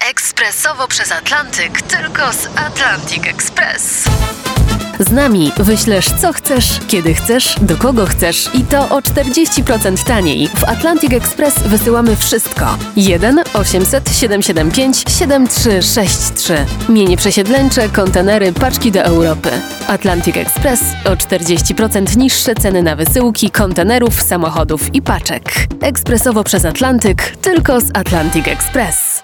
Ekspresowo przez Atlantyk, tylko z Atlantic Express. Z nami wyślesz co chcesz, kiedy chcesz, do kogo chcesz i to o 40% taniej. W Atlantic Express wysyłamy wszystko. 1 800 775 7363. Mienie przesiedleńcze, kontenery, paczki do Europy. Atlantic Express o 40% niższe ceny na wysyłki, kontenerów, samochodów i paczek. Ekspresowo przez Atlantyk, tylko z Atlantic Express.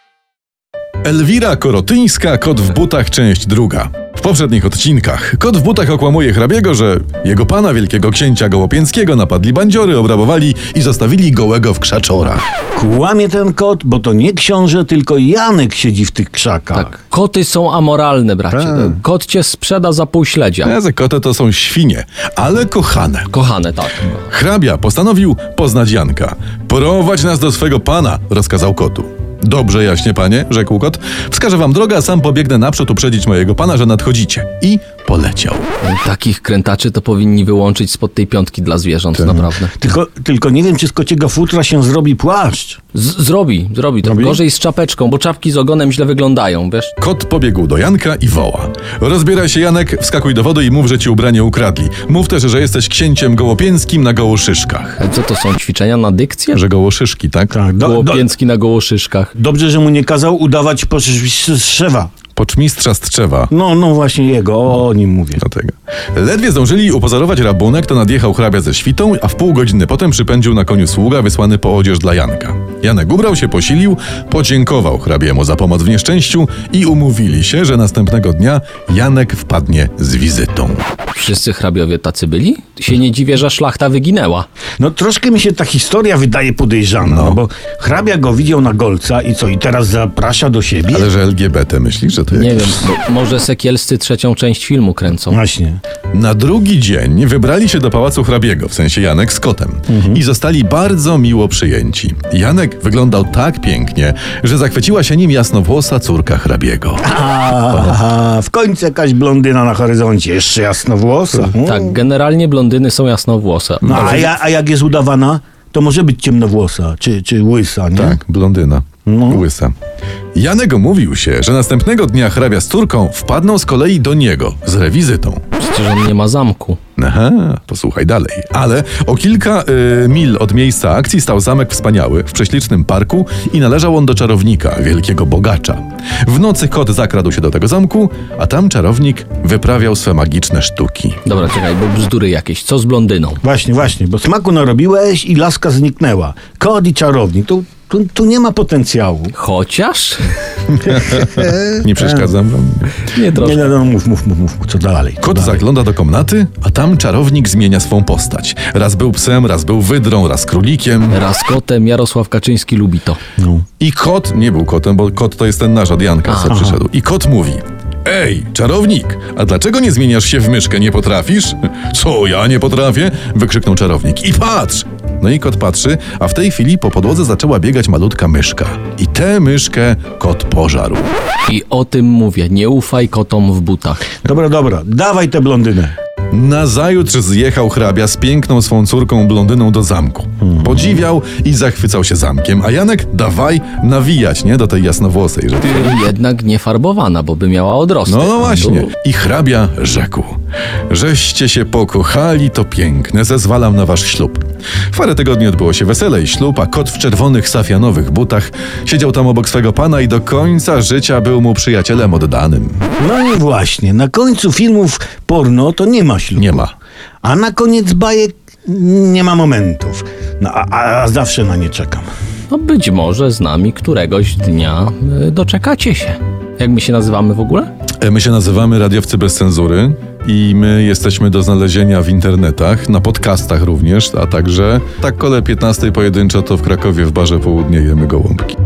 Elwira Korotyńska, Kot w butach, część 2. W poprzednich odcinkach Kot w butach okłamuje hrabiego, że jego pana, wielkiego księcia Gołopięckiego, napadli bandziory, obrabowali i zostawili gołego w krzaczorach. Kłamie ten kot, bo to nie książę, tylko Janek siedzi w tych krzakach. Tak, koty są amoralne, bracie. Kot cię sprzeda za pół śledzia. Koty to są świnie, ale kochane. Kochane, tak. Hrabia postanowił poznać Janka. Prowadź nas do swego pana, rozkazał kotu. Dobrze, jaśnie panie, rzekł kot. Wskażę wam drogę, a sam pobiegnę naprzód uprzedzić mojego pana, że nadchodzicie. I poleciał. Takich krętaczy to powinni wyłączyć spod tej piątki dla zwierząt, naprawdę. Tylko nie wiem, czy z kociego futra się zrobi płaszcz. Zrobi. To gorzej z czapeczką, bo czapki z ogonem źle wyglądają, wiesz? Kot pobiegł do Janka i woła. Rozbieraj się, Janek, wskakuj do wody i mów, że ci ubranie ukradli. Mów też, że jesteś księciem gołopięckim na Gołoszyszkach. Co to są, ćwiczenia na dykcję? Że Gołoszyszki, tak? Tak, Gołopięcki na Gołoszyszkach. Dobrze, że mu nie kazał udawać poczmistrza. Poczmistrza z Trzewa. No właśnie jego, o nim mówię. Do tego. Ledwie zdążyli upozorować rabunek, to nadjechał hrabia ze świtą, a w pół godziny potem przypędził na koniu sługa wysłany po odzież dla Janka. Janek ubrał się, posilił, podziękował hrabiemu za pomoc w nieszczęściu i umówili się, że następnego dnia Janek wpadnie z wizytą. Wszyscy hrabiowie tacy byli? Się nie dziwię, że szlachta wyginęła. No troszkę mi się ta historia wydaje podejrzana, no bo hrabia go widział na golca i co, i teraz zaprasza do siebie? Ale że LGBT myślisz, że to Nie jakieś... wiem, może sekielscy trzecią część filmu kręcą. Właśnie. Na drugi dzień wybrali się do pałacu hrabiego, w sensie Janek z kotem. I zostali bardzo miło przyjęci. Janek wyglądał tak pięknie, że zachwyciła się nim jasnowłosa córka hrabiego. W końcu jakaś blondyna na horyzoncie, jeszcze jasnowłosa. Tak, generalnie blondyny są jasnowłose. No, a jak jest udawana, to może być ciemnowłosa, czy łysa, nie? Tak, blondyna. Łysa. Janek umówił się, że następnego dnia hrabia z córką wpadną z kolei do niego z rewizytą. Przecież on nie ma zamku. Aha, posłuchaj dalej. Ale o kilka mil od miejsca akcji stał zamek wspaniały w prześlicznym parku i należał on do czarownika, wielkiego bogacza. W nocy kot zakradł się do tego zamku, a tam czarownik wyprawiał swe magiczne sztuki. Dobra, czekaj, bo bzdury jakieś. Co z blondyną? Właśnie, bo smaku narobiłeś i laska zniknęła. Kot i czarownik, tu nie ma potencjału. Chociaż? Nie przeszkadzam wam? Nie, troszkę. Nie, mów, co dalej? Kot zagląda do komnaty, a tam czarownik zmienia swą postać. Raz był psem, raz był wydrą, raz królikiem. Raz kotem, Jarosław Kaczyński lubi to. I kot nie był kotem, bo kot to jest ten nasz od Janka, co przyszedł. I kot mówi: Ej, czarownik, a dlaczego nie zmieniasz się w myszkę, nie potrafisz? Co, ja nie potrafię? Wykrzyknął czarownik. I patrz! No i kot patrzy, a w tej chwili po podłodze zaczęła biegać malutka myszka. I tę myszkę kot pożarł. I o tym mówię, nie ufaj kotom w butach. Dobra, dawaj tę blondynę. Nazajutrz zjechał hrabia z piękną swą córką blondyną do zamku. Podziwiał i zachwycał się zamkiem, a Janek dawaj nawijać, nie? Do tej jasnowłosej. Że... Jednak nie farbowana, bo by miała odrosty. No właśnie. I hrabia rzekł: żeście się pokochali, to piękne, zezwalam na wasz ślub. W parę tygodni odbyło się wesele i ślub, a kot w czerwonych safianowych butach siedział tam obok swego pana i do końca życia był mu przyjacielem oddanym. No i właśnie, na końcu filmów porno to nie ma ślubu. Nie ma. A na koniec bajek nie ma momentów. No, a zawsze na nie czekam. No być może z nami któregoś dnia doczekacie się. Jak my się nazywamy w ogóle? My się nazywamy Radiowcy Bez Cenzury i my jesteśmy do znalezienia w internetach, na podcastach również, a także tak kole 15 pojedynczo to w Krakowie w barze Południe jemy gołąbki.